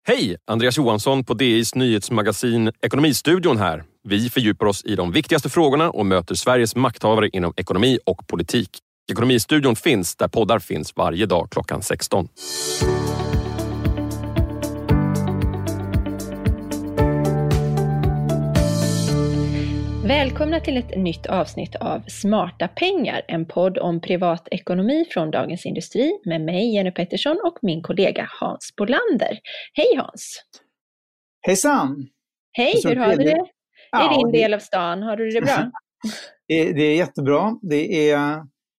Hej! Andreas Johansson på DIs nyhetsmagasin Ekonomistudion här. Vi fördjupar oss i de viktigaste frågorna och möter Sveriges makthavare inom ekonomi och politik. Ekonomistudion finns där poddar finns varje dag klockan 16. Välkomna till ett nytt avsnitt av Smarta pengar, en podd om privatekonomi från Dagens Industri med mig Jenny Pettersson och min kollega Hans Bolander. Hej Hans! Hejsan! Hej, hur har du det? Ja, I din del av stan, har du det bra? Det är jättebra. Det är,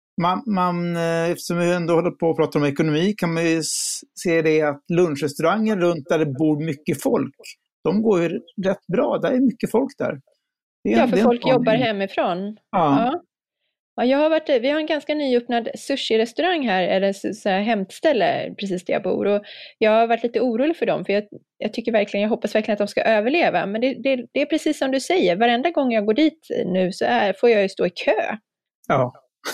eftersom vi ändå håller på att prata om ekonomi kan man ju se det att lunchrestauranger runt där det bor mycket folk, de går ju rätt bra. Det är mycket folk där. Ja, för folk jobbar hemifrån. Ja. Ja, vi har en ganska nyöppnad sushi-restaurang här, eller så här hämtställe precis där jag bor. Och jag har varit lite orolig för dem, för jag hoppas verkligen att de ska överleva. Men det är precis som du säger, varenda gång jag går dit nu får jag ju stå i kö. Ja.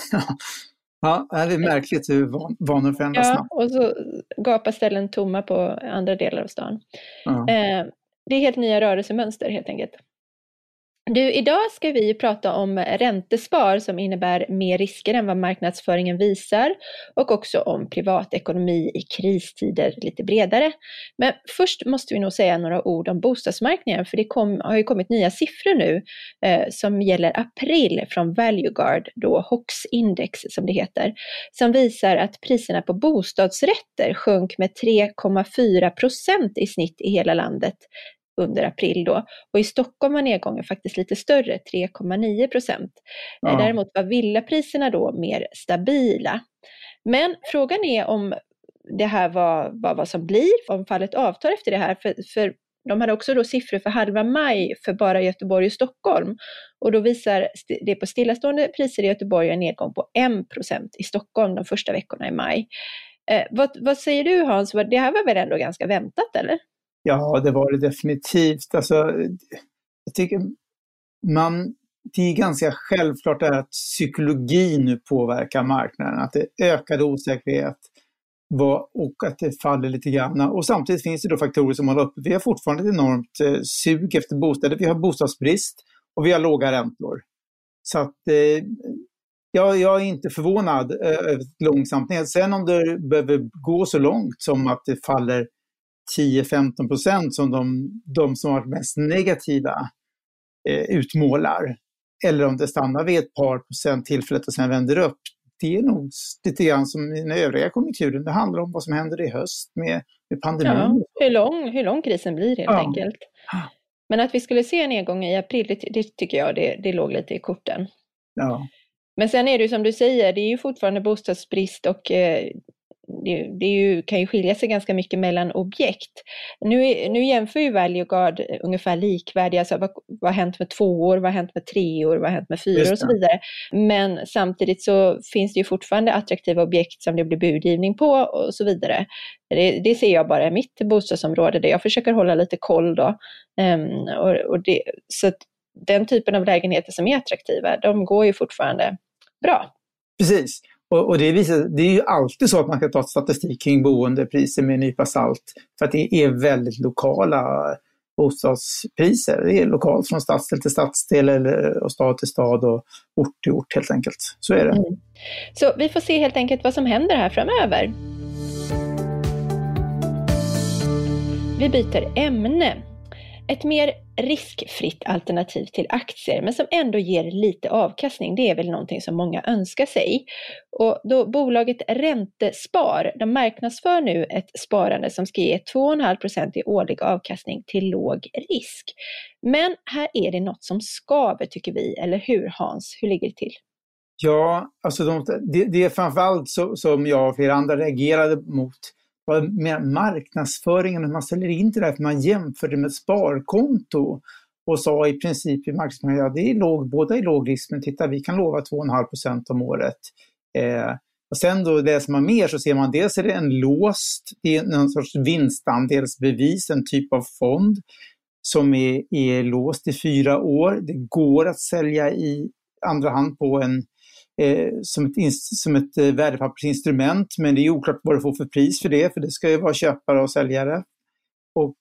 Ja, det är märkligt hur vanor förändras snabbt. Ja, och så gapar ställen tomma på andra delar av stan. Ja. Det är helt nya rörelsemönster helt enkelt. Du, idag ska vi prata om räntespar som innebär mer risker än vad marknadsföringen visar, och också om privatekonomi i kristider lite bredare. Men först måste vi nog säga några ord om bostadsmarknaden, för det har ju kommit nya siffror nu som gäller april från ValueGuard, då HOX-index som det heter, som visar att priserna på bostadsrätter sjönk med 3,4% i snitt i hela landet under april då. Och i Stockholm var nedgången faktiskt lite större, 3,9%. Ja. Däremot var villapriserna då mer stabila. Men frågan är om det här vad som blir, om fallet avtar efter det här. För de hade också då siffror för halva maj för bara Göteborg och Stockholm. Och då visar det på stillastående priser i Göteborg en nedgång på 1% i Stockholm de första veckorna i maj. Vad säger du Hans? Det här var väl ändå ganska väntat, eller? Ja, det var det definitivt. Alltså, jag tycker det är ganska självklart att psykologi nu påverkar marknaden. Att det ökade osäkerhet och att det faller lite grann. Och samtidigt finns det då faktorer som håller uppe. Vi har fortfarande ett enormt sug efter bostäder. Vi har bostadsbrist och vi har låga räntor. Så att jag är inte förvånad över långsamt. Sen om det behöver gå så långt som att det faller 10-15% som de som har varit mest negativa utmålar, eller om det stannar vid ett par procent tillfället och sen vänder upp, det är nog lite grann som i den övriga konjunkturen. Det handlar om vad som händer i höst med pandemin. Ja, hur lång krisen blir helt enkelt. Men att vi skulle se en nedgång i april, det tycker jag det låg lite i korten. Ja. Men sen är det ju som du säger, det är ju fortfarande bostadsbrist och kan ju skilja sig ganska mycket mellan objekt. Nu jämför ju ValueGuard ungefär likvärdiga, alltså vad har hänt med 2 år, vad har hänt med 3 år, vad har hänt med 4 år och så vidare. Men samtidigt så finns det ju fortfarande attraktiva objekt som det blir budgivning på och så vidare. Det ser jag bara i mitt bostadsområde där jag försöker hålla lite koll då. Så att den typen av lägenheter som är attraktiva, de går ju fortfarande bra. Precis. Och det är ju alltid så att man ska ta statistik kring boendepriser med en nypa salt. För att det är väldigt lokala bostadspriser. Det är lokalt från stadsdel till stadsdel och stad till stad och ort till ort helt enkelt. Så är det. Mm. Så vi får se helt enkelt vad som händer här framöver. Vi byter ämne. Ett mer riskfritt alternativ till aktier, men som ändå ger lite avkastning, det är väl någonting som många önskar sig. Och då bolaget Räntespar, de marknadsför nu ett sparande som ska ge 2,5% i årlig avkastning till låg risk. Men här är det något som skaver tycker vi, eller hur Hans? Hur ligger det till? Ja, alltså det är framförallt som jag och flera andra reagerade mot med marknadsföringen, hur man säljer in till det här, för man jämförde med ett sparkonto och sa i princip i marknadsföringen, båda är låg risk, men titta, vi kan lova 2,5% om året. Och sen då läser man mer så ser man dels är det det är någon sorts vinstandelsbevis, en typ av fond som är låst i 4 år. Det går att sälja i andra hand på som ett värdepappersinstrument, men det är oklart vad du får för pris för det ska ju vara köpare och säljare. Och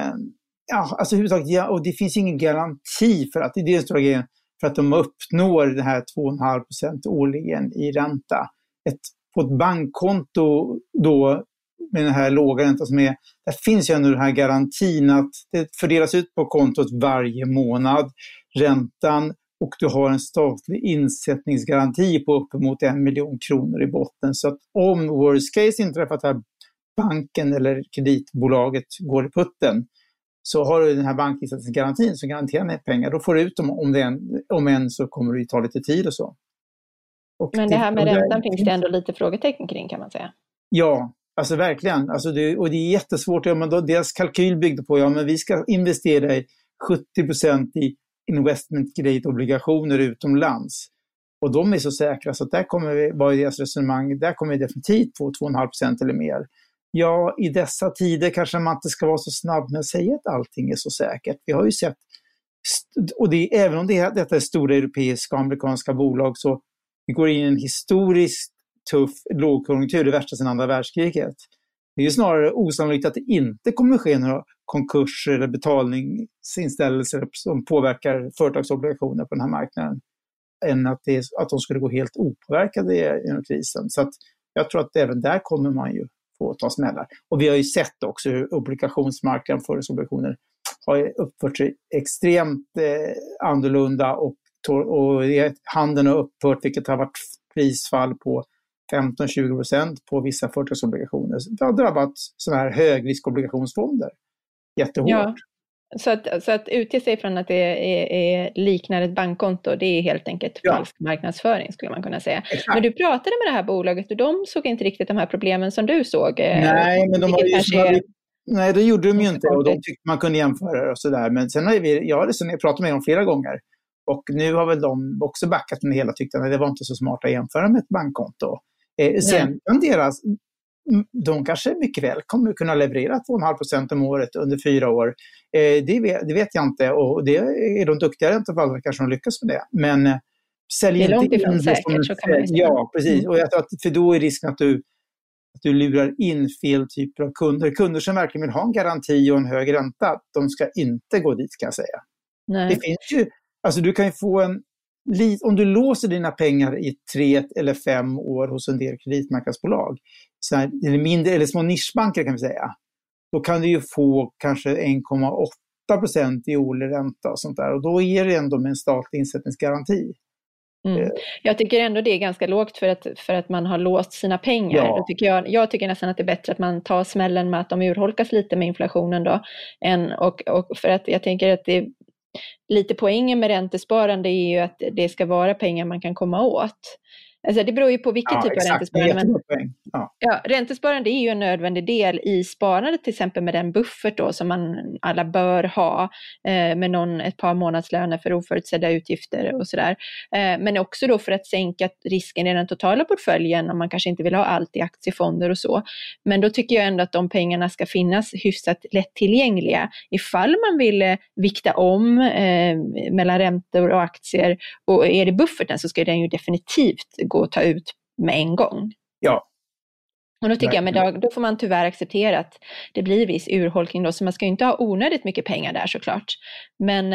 alltså överhuvudtaget, och det finns ingen garanti för att, det är den stora grejen, för att de uppnår det här 2,5% årligen i ränta. På ett bankkonto då, med den här låga räntan som är, där finns ju ändå den här garantin att det fördelas ut på kontot varje månad, räntan, och du har en statlig insättningsgaranti på uppemot 1 miljon kronor i botten. Så att om worst case inträffar att banken eller kreditbolaget går i putten, så har du den här bankinsättningsgarantin som garanterar dig pengar. Då får du ut dem om än så kommer det ju ta lite tid och så. Och men det här med räntan finns det ändå lite frågetecken kring, kan man säga. Ja, alltså verkligen. Alltså och det är jättesvårt. Ja, men då, deras kalkyl byggde på men vi ska investera i 70% i investment grade obligationer utomlands. Och de är så säkra så att där kommer vi, vad är deras resonemang, där kommer vi definitivt få 2,5% eller mer. Ja, i dessa tider kanske man inte ska vara så snabb med att säga att allting är så säkert. Vi har ju sett, och även om detta är stora europeiska och amerikanska bolag, så vi går in i en historiskt tuff lågkonjunktur, det värsta sedan andra världskriget. Det är ju snarare osannolikt att det inte kommer ske några konkurser eller betalningsinställelser som påverkar företagsobligationer på den här marknaden, än att de skulle gå helt opåverkade genom krisen. Så att jag tror att även där kommer man ju få ta smällar. Och vi har ju sett också hur obligationsmarknaden, företagsobligationer, har uppfört sig extremt annorlunda och handeln har upphört, vilket har varit prisfall på 15-20% på vissa företagsobligationer. Det har drabbat sådana här högriskobligationsfonder jättehårt. Ja, så att utge sig från att det liknar ett bankkonto, det är helt enkelt falsk marknadsföring, skulle man kunna säga. Exakt. Men du pratade med det här bolaget och de såg inte riktigt de här problemen som du såg. Nej, men nej, det gjorde de ju inte, och de tyckte man kunde jämföra och sådär. Men sen har jag pratat med dem flera gånger. Och nu har väl de också backat med det hela, tyckte att det var inte så smart att jämföra med ett bankkonto. Sen de kanske mycket väl kommer kunna leverera 2,5% om året under 4 år. Det vet jag inte, och det är de duktigare inte för kanske de lyckas med det. Men sälj inte långt ifrån säkert, så kan man säga. Ja, precis. Och jag tror att, för då är risken att du lurar in fel typer av kunder. Kunder som verkligen vill ha en garanti och en hög ränta, de ska inte gå dit, kan jag säga. Nej. Det finns ju, alltså du kan ju få om du låser dina pengar i 3 eller 5 år hos en del kreditmarknadsbolag, eller små nischbanker kan vi säga, då kan du ju få kanske 1,8% i årlig ränta och sånt där, och då ger det ändå med en statlig insättningsgaranti. Jag tycker ändå det är ganska lågt för att man har låst sina pengar. Ja. Jag tycker nästan att det är bättre att man tar smällen med att de urholkas lite med inflationen då, och för att jag tänker att det lite poängen med räntesparande är ju att det ska vara pengar man kan komma åt. Alltså det beror ju på vilket typ av räntesparande. Räntesparande är ju en nödvändig del i sparandet, till exempel med den buffert då, som man alla bör ha med ett par månadslöner för oförutsedda utgifter och sådär. Men också då för att sänka risken i den totala portföljen om man kanske inte vill ha allt i aktiefonder och så. Men då tycker jag ändå att de pengarna ska finnas hyfsat lättillgängliga ifall man vill vikta om mellan räntor och aktier, och är det bufferten så ska den ju definitivt gå att ta ut med en gång. Ja. Och då tycker jag, då får man tyvärr acceptera att det blir viss urholkning då, så man ska ju inte ha onödigt mycket pengar där såklart. Men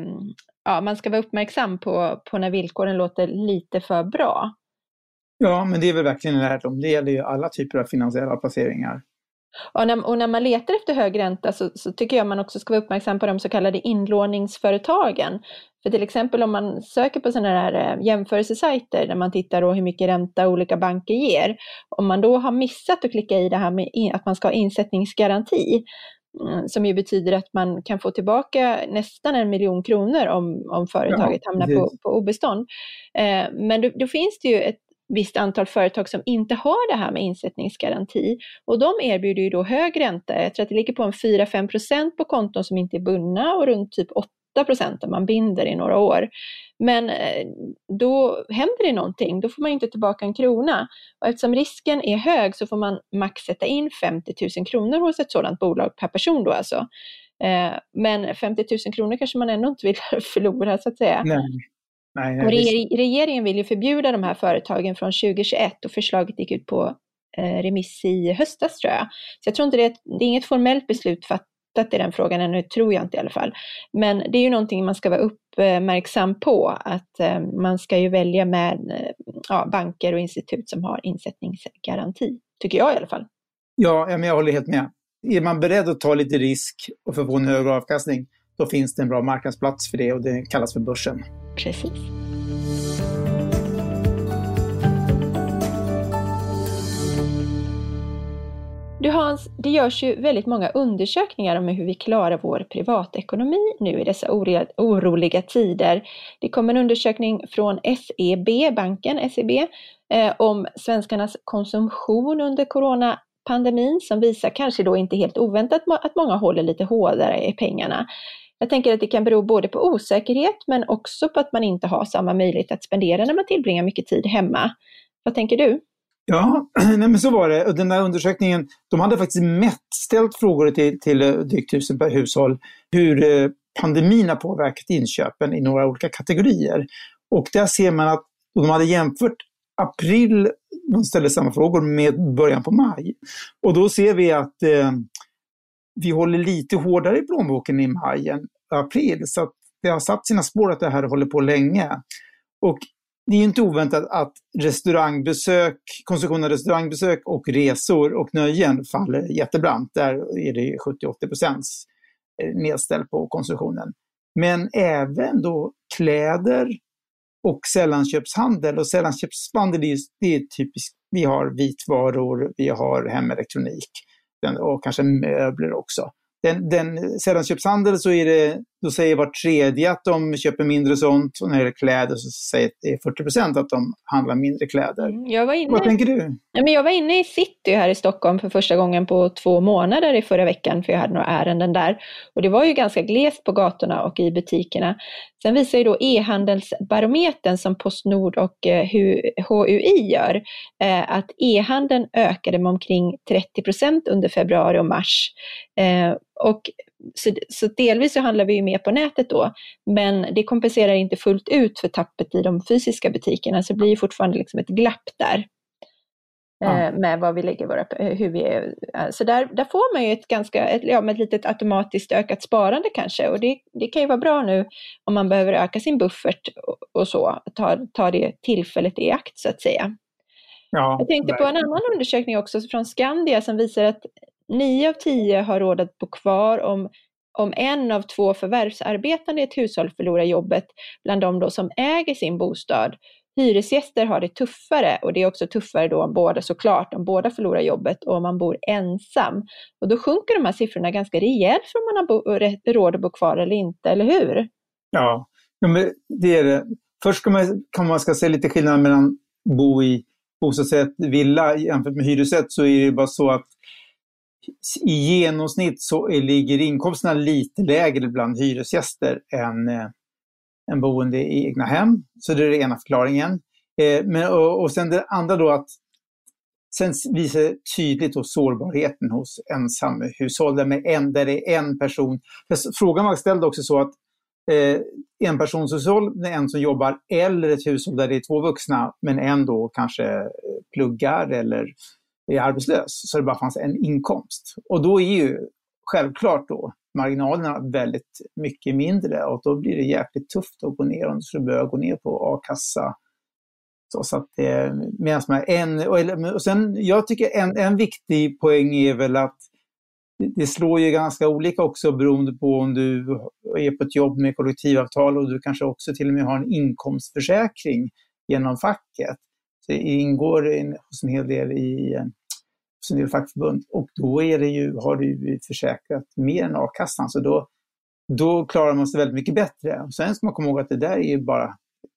man ska vara uppmärksam på när villkoren låter lite för bra. Ja, men det är väl verkligen lärdom. Det gäller ju alla typer av finansiella placeringar. Och när man letar efter hög ränta så tycker jag man också ska vara uppmärksam på de så kallade inlåningsföretagen. För till exempel om man söker på sådana här jämförelsesajter där man tittar då hur mycket ränta olika banker ger. Om man då har missat att klicka i det här med att man ska ha insättningsgaranti, som ju betyder att man kan få tillbaka nästan 1 miljon kronor om företaget hamnar på obestånd. Men då finns det ju ett visst antal företag som inte har det här med insättningsgaranti, och de erbjuder ju då hög ränta. Jag tror att det ligger på en 4-5% på konton som inte är bundna och runt typ 8% om man binder i några år. Men då händer det någonting, då får man inte tillbaka en krona, och eftersom risken är hög så får man max sätta in 50 000 kronor hos ett sådant bolag per person då alltså. Men 50 000 kronor kanske man ändå inte vill förlora, så att säga. Nej, och regeringen vill ju förbjuda de här företagen från 2021, och förslaget gick ut på remiss i höstas, tror jag. Så jag tror inte det är inget formellt beslut fattat lättat i den frågan ännu, tror jag inte i alla fall. Men det är ju någonting man ska vara uppmärksam på, att man ska ju välja med banker och institut som har insättningsgaranti, tycker jag i alla fall. Ja, men jag håller helt med. Är man beredd att ta lite risk och få en högre avkastning, då finns det en bra marknadsplats för det, och det kallas för börsen. Precis. Du Hans, det görs ju väldigt många undersökningar om hur vi klarar vår privatekonomi nu i dessa oroliga tider. Det kom en undersökning från SEB, banken SEB, om svenskarnas konsumtion under coronapandemin, som visar, kanske då inte helt oväntat, att många håller lite hårdare i pengarna. Jag tänker att det kan bero både på osäkerhet, men också på att man inte har samma möjlighet att spendera när man tillbringar mycket tid hemma. Vad tänker du? Ja, men så var det. Och den där undersökningen, de hade faktiskt ställt frågor till drygt 1000 per hushåll hur pandemin har påverkat inköpen i några olika kategorier. Och där ser man att de hade jämfört april, de ställde samma frågor, med början på maj. Och då ser vi att vi håller lite hårdare i plånboken i maj än april. Så att det har satt sina spår att det här håller på länge. Och det är inte oväntat att konsumtion av restaurangbesök och resor och nöjen faller jättebrant. Där är det 70-80% nedställd på konsumtionen. Men även då kläder och sällanköpshandel. Och sällanköpshandel det är typiskt. Vi har vitvaror, vi har hemelektronik och kanske möbler också. Den sällanköpshandel, så är det, då säger var tredje att de köper mindre sånt, och när det är kläder så säger det är 40% att de handlar mindre kläder. Vad tänker du? Jag var inne i City här i Stockholm för första gången på 2 månader i förra veckan, för jag hade några ärenden där. Och det var ju ganska glest på gatorna och i butikerna. Sen visar ju då e-handelsbarometern som Postnord och HUI gör att e-handeln ökade med omkring 30% under februari och mars. Och så delvis så handlar vi ju mer på nätet då, men det kompenserar inte fullt ut för tappet i de fysiska butikerna, så det blir ju fortfarande liksom ett glapp där med vad vi lägger hur vi är. Så där får man ju ett litet automatiskt ökat sparande kanske, och det kan ju vara bra nu om man behöver öka sin buffert och så, ta det tillfället i akt så att säga. Ja, jag tänkte på en annan undersökning också från Skandia som visar att 9 av 10 har råd att bo kvar om 1 av 2 förvärvsarbetande i ett hushåll förlorar jobbet bland de då som äger sin bostad. Hyresgäster har det tuffare, och det är också tuffare då om båda förlorar jobbet och om man bor ensam. Och då sjunker de här siffrorna ganska rejält för om man har råd att bo kvar eller inte, eller hur? Ja, men det är det. Först kan man se lite skillnad mellan bo i bostadsrätt, villa jämfört med hyresrätt, så är det bara så att i genomsnitt så ligger inkomsterna lite lägre bland hyresgäster än boende i egna hem. Så det är den ena förklaringen. Och sen det andra då, att sen visar tydligt då sårbarheten hos ensamhushåll där det är en person. Frågan var ställd också så att en personshushåll, en som jobbar, eller ett hushåll där det är 2 vuxna men en då kanske pluggar eller är arbetslös, så det bara fanns en inkomst. Och då är ju självklart då marginalerna väldigt mycket mindre, och då blir det jäkligt tufft att gå ner, om du skulle börja gå ner på a-kassa. Så att medan och sen, jag tycker en viktig poäng är väl att det slår ju ganska olika också beroende på om du är på ett jobb med kollektivavtal och du kanske också till och med har en inkomstförsäkring genom facket. Så det ingår hos en hel del hos en del fackförbund, och då har du försäkrat mer än a-kassan, så då klarar man sig väldigt mycket bättre. Och sen ska man komma ihåg att det där är ju bara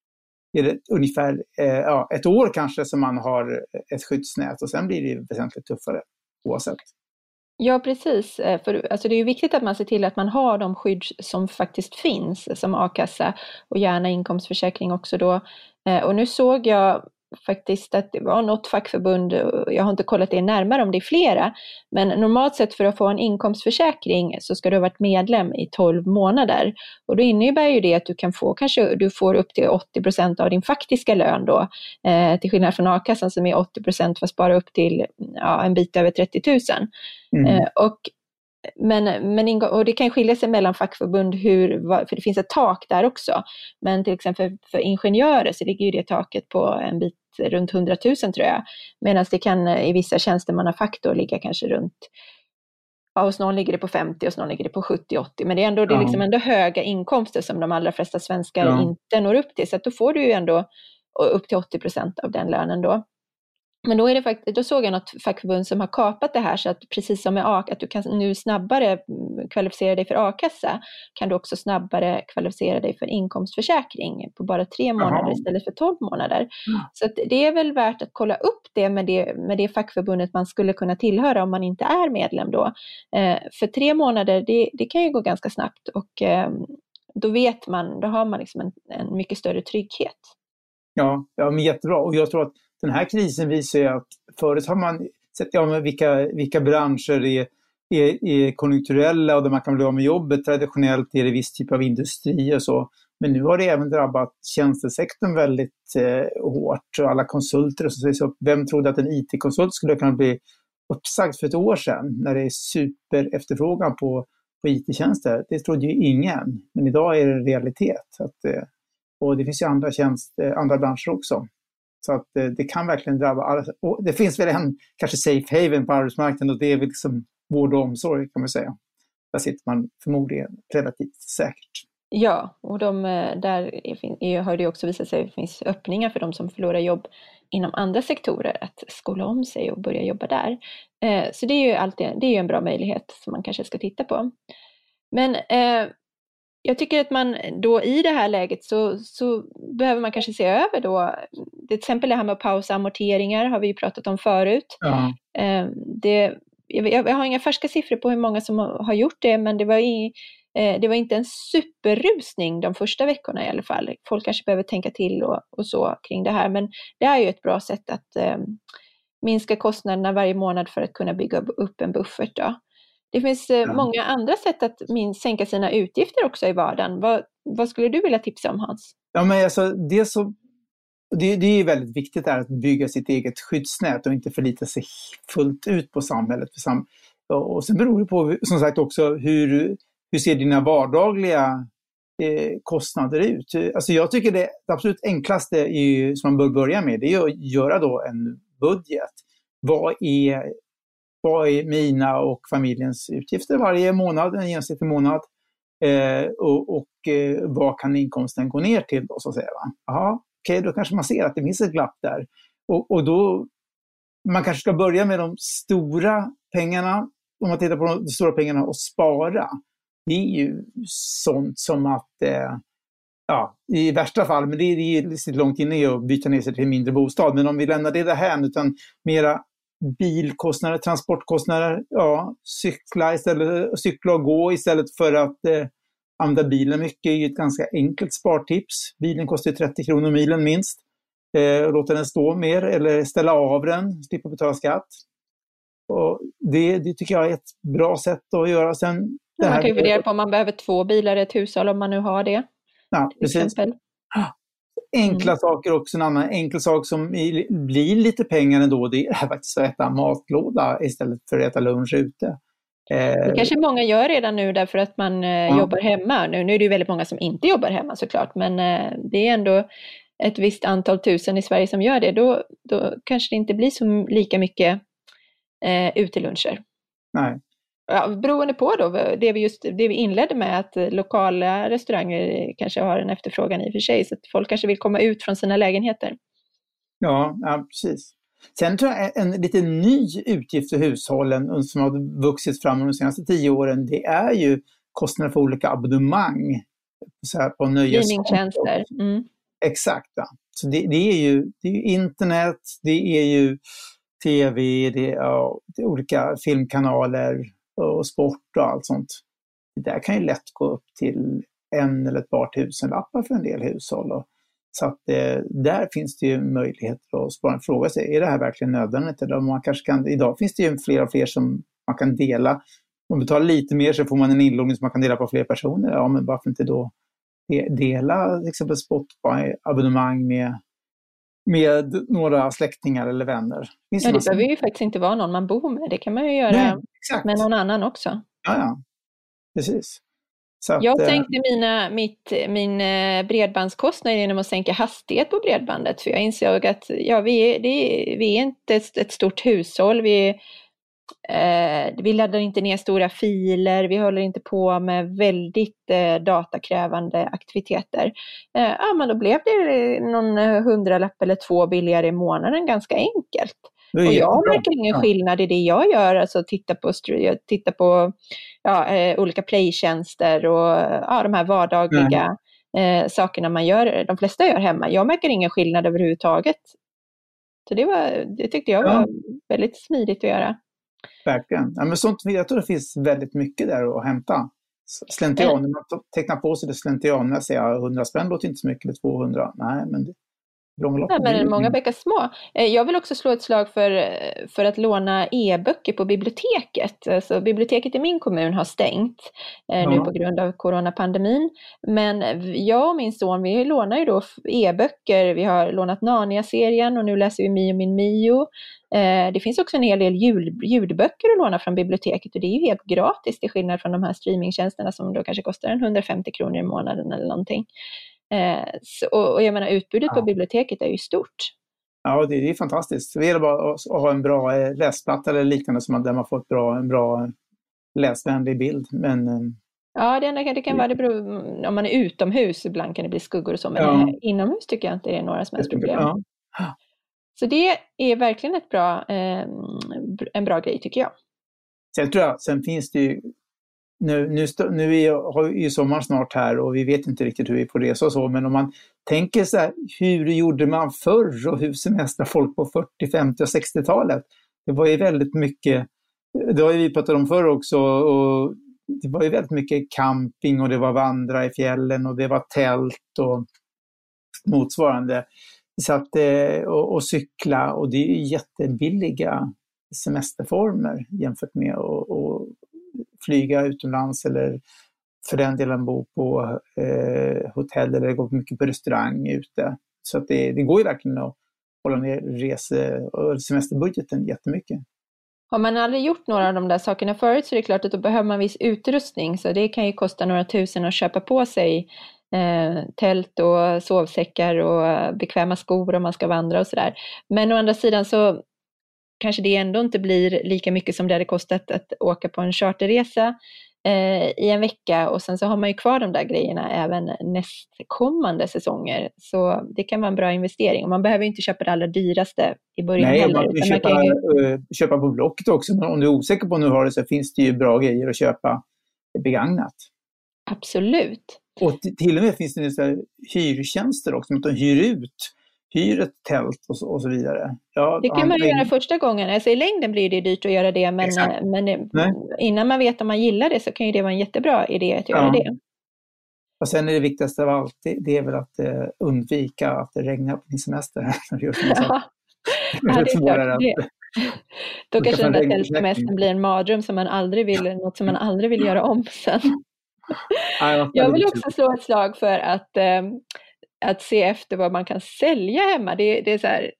ungefär ett år kanske som man har ett skyddsnät, och sen blir det väsentligt tuffare oavsett. Ja, precis. För alltså, det är ju viktigt att man ser till att man har de skydd som faktiskt finns, som a-kassa och gärna inkomstförsäkring också då. Och nu såg jag faktiskt att det var något fackförbund, jag har inte kollat det närmare om det är flera, men normalt sett för att få en inkomstförsäkring så ska du ha varit medlem i 12 månader, och då innebär ju det att du kan få, kanske du får upp till 80% av din faktiska lön då, till skillnad från a-kassan som är 80% för att spara upp till en bit över 30 000. Och och det kan skilja sig mellan fackförbund för det finns ett tak där också. Men till exempel för ingenjörer så ligger ju det taket på en bit runt 100 000 tror jag. Medan det kan i vissa tjänstemannafack då ligga kanske runt, hos någon ligger det på 50 och hos någon ligger det på 70-80. Men det är liksom ändå höga inkomster som de allra flesta svenskar inte når upp till. Så att då får du ju ändå upp till 80% av den lönen då. Men då såg jag något fackförbund som har kapat det här så att precis som med att du kan nu snabbare kvalificera dig för a-kassa, kan du också snabbare kvalificera dig för inkomstförsäkring på bara 3 månader istället för 12 månader. Så att det är väl värt att kolla upp det med det fackförbundet man skulle kunna tillhöra om man inte är medlem då. För 3 månader, det kan ju gå ganska snabbt och då har man liksom en mycket större trygghet. Ja, men jättebra. Och jag tror att den här krisen visar ju att förut har man sett vilka branscher är konjunkturella och där man kan bli av med jobbet. Traditionellt är det viss typ av industri och så. Men nu har det även drabbat tjänstesektorn väldigt hårt. Och alla konsulter och så sägs upp. Vem trodde att en IT-konsult skulle kunna bli uppsagd för ett år sedan när det är super efterfrågan på IT-tjänster? Det trodde ju ingen. Men idag är det en realitet. Och det finns ju andra branscher också. Så att det kan verkligen drabba alla. Och det finns väl en kanske safe haven på arbetsmarknaden och det är väl liksom vård och omsorg kan man säga. Där sitter man förmodligen relativt säkert. Ja, och där har det också visat sig att det finns öppningar för de som förlorar jobb inom andra sektorer att skola om sig och börja jobba där. Så det är ju en bra möjlighet som man kanske ska titta på. Men jag tycker att man då i det här läget så behöver man kanske se över då, till exempel det här med att pausa amorteringar har vi ju pratat om förut. Ja. Jag har inga färska siffror på hur många som har gjort det, men det var inte en superrusning de första veckorna i alla fall. Folk kanske behöver tänka till och så kring det här, men det är ju ett bra sätt att minska kostnaderna varje månad för att kunna bygga upp en buffert då. Det finns många andra sätt att sänka sina utgifter också i vardagen. Vad skulle du vilja tipsa om, Hans? Ja, men alltså, det är väldigt viktigt att bygga sitt eget skyddsnät och inte förlita sig fullt ut på samhället. Och sen beror det på, som sagt, också hur ser dina vardagliga kostnader ut. Alltså jag tycker det absolut enklaste som man bör börja med, det är att göra då en budget. Vad är mina och familjens utgifter varje månad, en genomsnittlig månad? Och vad kan inkomsten gå ner till då, så att säga? Jaha, okej, då kanske man ser att det finns ett glapp där. Och då, man kanske ska börja med de stora pengarna. Om man tittar på de stora pengarna och spara. Det är ju sånt som att, i värsta fall, men det är lite långt inne att byta ner sig till en mindre bostad. Men om vi lämnar det här, utan mera bilkostnader, transportkostnader, cykla och gå istället för att använda bilen mycket är ett ganska enkelt spartips. Bilen kostar 30 kronor milen minst. Låta den stå mer eller ställa av den, slippa betala skatt. Och det tycker jag är ett bra sätt att göra. Sen man kan ju fundera på om man behöver 2 bilar i ett hushåll om man nu har det. Ja, precis. Enkla saker också. En annan enkel sak som blir lite pengar ändå, det är faktiskt att äta matlåda istället för att äta lunch ute. Det kanske många gör redan nu därför att man jobbar hemma. Nu är det ju väldigt många som inte jobbar hemma såklart, men det är ändå ett visst antal tusen i Sverige som gör det. Då kanske det inte blir så lika mycket uteluncher. Nej. Ja, beroende på då, det vi inledde med, att lokala restauranger kanske har en efterfrågan i och för sig, så att folk kanske vill komma ut från sina lägenheter. Ja, precis. Sen tror jag en lite ny utgift för hushållen som har vuxit fram de senaste 10 åren, det är ju kostnader för olika abonnemang. Så här på streamingtjänster. Exakt. Ja. Så det är ju internet, det är ju tv, det är olika filmkanaler och sport och allt sånt. Det där kan ju lätt gå upp till 1 eller ett par tusenlappar för en del hushåll. Så att där finns det ju möjligheter att spara en fråga sig. Är det här verkligen nödvändigt? Eller man kanske kan, idag finns det ju fler och fler som man kan dela. Om man betalar lite mer så får man en inloggning som man kan dela på fler personer. Ja, men varför inte då dela till exempel Spotify-abonnemang med några släktingar eller vänner. Ja, det behöver ju faktiskt inte vara någon man bor med. Det kan man ju göra med någon annan också. Ja, precis. Så att, jag sänkte min bredbandskostnad genom att sänka hastighet på bredbandet. För jag insåg att vi är inte ett stort hushåll. Vi laddar inte ner stora filer. Vi håller inte på med väldigt datakrävande aktiviteter. Men då blev det någon 100-lapp eller 2 billigare i månaden ganska enkelt. Och jag märker ingen skillnad i det jag gör. Alltså titta på olika playtjänster och de här vardagliga sakerna man gör. De flesta gör hemma. Jag märker ingen skillnad överhuvudtaget. Så det tyckte jag var väldigt smidigt att göra. Verkligen. Ja, men sånt, jag tror det finns väldigt mycket där att hämta. Slentrian, när man tecknar på sig det slentrianmässiga, 100 spänn låter inte så mycket, eller 200. Nej, men många bäckar små. Jag vill också slå ett slag för att låna e-böcker på biblioteket. Alltså, biblioteket i min kommun har stängt nu på grund av coronapandemin. Men jag och min son, vi lånar ju då e-böcker. Vi har lånat Narnia-serien och nu läser vi Mio min Mio. Det finns också en hel del ljudböcker att låna från biblioteket och det är ju helt gratis till skillnad från de här streamingtjänsterna som då kanske kostar 150 kronor i månaden eller någonting. Och jag menar, utbudet på biblioteket är ju stort. Ja, det är fantastiskt. Det gäller bara att ha en bra läsplatta eller liknande där man får en bra läsvänlig bild. Men, ja, det kan vara det beror, om man är utomhus ibland kan det bli skuggor och så, men inomhus tycker jag inte det är några som helst problem. Ja. Så det är verkligen en bra grej tycker jag. Sen finns det ju nu har ju sommar snart här och vi vet inte riktigt hur vi får resa och så, men om man tänker så här, hur gjorde man förr och hur semestrar folk på 40, 50 och 60-talet? Det var ju väldigt mycket, det har ju vi pratat om förr också, och det var ju väldigt mycket camping och det var vandra i fjällen och det var tält och motsvarande. Så att, och cykla, och det är ju jättebilliga semesterformer jämfört med att flyga utomlands eller för den delen bo på hotell eller gå mycket på restaurang ute. Så att det går ju verkligen att hålla ner och semesterbudgeten jättemycket. Har man aldrig gjort några av de där sakerna förut så är det klart att då behöver man viss utrustning. Så det kan ju kosta några tusen att köpa på sig tält och sovsäckar och bekväma skor om man ska vandra och sådär. Men å andra sidan så kanske det ändå inte blir lika mycket som det hade kostat att åka på en charterresa i en vecka, och sen så har man ju kvar de där grejerna även nästkommande säsonger, så det kan vara en bra investering och man behöver inte köpa det allra dyraste i början. Nej, man kan köpa på Blocket också, men om du är osäker på om du har det så finns det ju bra grejer att köpa begagnat. Absolut. Och till och med finns det så här hyrtjänster också, att de hyr ett tält och så vidare. Ja, det kan man göra första gången. Alltså i längden blir det dyrt att göra det, men innan man vet om man gillar det så kan ju det vara en jättebra idé att göra det. Och sen är det viktigaste av allt, det är väl att undvika att det regnar på din semester. Det är klart det. Då kanske den där tältsemestern blir en mardröm som man aldrig vill göra om sen. Jag vill också slå ett slag för att se efter vad man kan sälja hemma. Det är så här,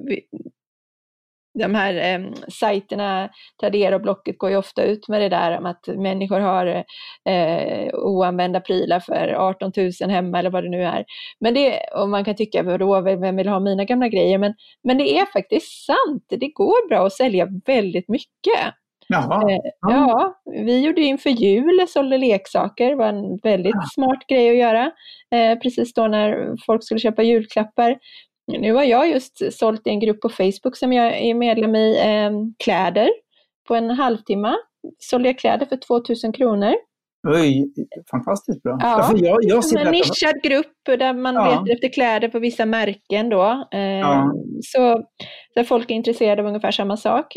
de här sajterna, Tradera och Blocket går ju ofta ut med det där om att människor har oanvända prylar för 18 000 hemma eller vad det nu är. Men och man kan tycka, vem vill ha mina gamla grejer? Men det är faktiskt sant. Det går bra att sälja väldigt mycket. Ja, vi gjorde inför jul, sålde leksaker. Det var en väldigt smart grej att göra. Precis då när folk skulle köpa julklappar. Nu har jag just sålt i en grupp på Facebook som jag är medlem i, kläder. På en halvtimme sålde jag kläder för 2000 kronor. Oj, fantastiskt bra. Ja, jag ser en nischad grupp där man letar efter kläder på vissa märken då. Så där folk är intresserade av ungefär samma sak.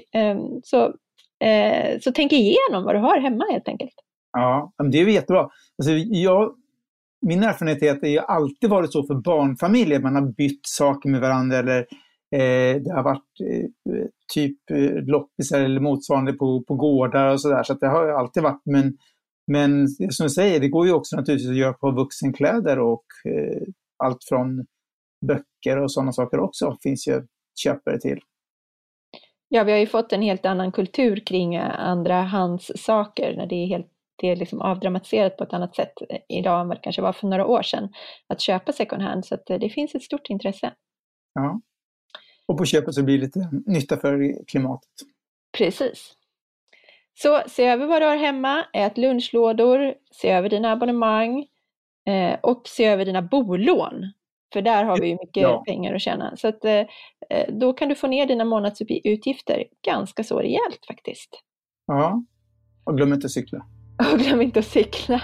Så tänk igenom vad du har hemma helt enkelt. Ja, det är jättebra. Alltså, min erfarenhet är ju alltid varit så för barnfamiljer. Man har bytt saker med varandra eller det har varit typ loppisar eller motsvarande på gårdar och sådär. Så att det har ju alltid varit. Men som du säger, det går ju också naturligtvis att göra på vuxenkläder och allt från böcker och sådana saker också finns ju köpare till. Ja, vi har ju fått en helt annan kultur kring andrahandssaker när det är liksom avdramatiserat på ett annat sätt idag än vad det kanske var för några år sedan att köpa second hand, så att det finns ett stort intresse. Ja, och på köpet så blir det lite nytta för klimatet. Precis. Så se över vad du har hemma, ät lunchlådor, se över dina abonnemang och se över dina bolån. För där har vi ju mycket pengar att tjäna. Så att, då kan du få ner dina månadsutgifter ganska så rejält faktiskt. Ja, och glöm inte att cykla. Och glöm inte att cykla.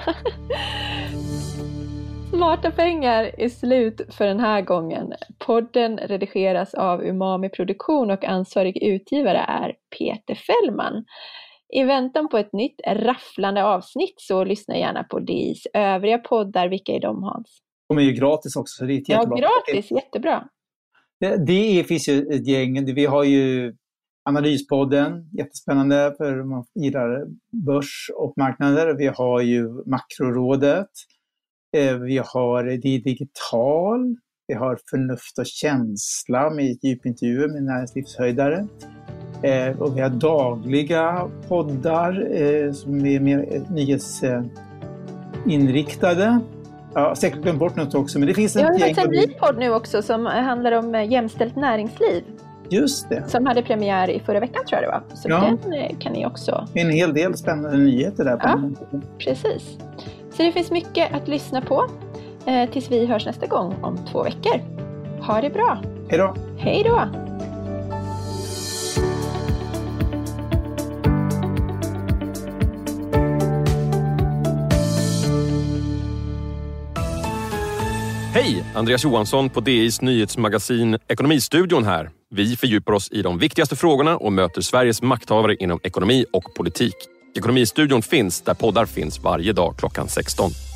Smarta pengar är slut för den här gången. Podden redigeras av Umami Produktion och ansvarig utgivare är Peter Fällman. I väntan på ett nytt rafflande avsnitt så lyssna gärna på DIs övriga poddar. Vilka är de, Hans? De är ju gratis också, så det är jättebra. Ja, gratis, jättebra. Det finns ju ett gäng. Vi har ju Analyspodden, jättespännande för man gillar börs och marknader. Vi har ju Makrorådet. Vi har Det digital. Vi har Förnuft och känsla med djupintervjuer med näringslivshöjdare. Och vi har dagliga poddar som är mer nyhetsinriktade. Ja, säkert glömt bort något också, men det finns en gäng. Jag har en ny podd nu också som handlar om jämställt näringsliv. Just det. Som hade premiär i förra veckan, tror jag det var. Så den kan ni också. En hel del spännande nyheter där. Ja, precis. Så det finns mycket att lyssna på tills vi hörs nästa gång om 2 veckor. Ha det bra. Hej då. Hej då. Hej! Andreas Johansson på DIs nyhetsmagasin Ekonomistudion här. Vi fördjupar oss i de viktigaste frågorna och möter Sveriges makthavare inom ekonomi och politik. Ekonomistudion finns där poddar finns varje dag klockan 16.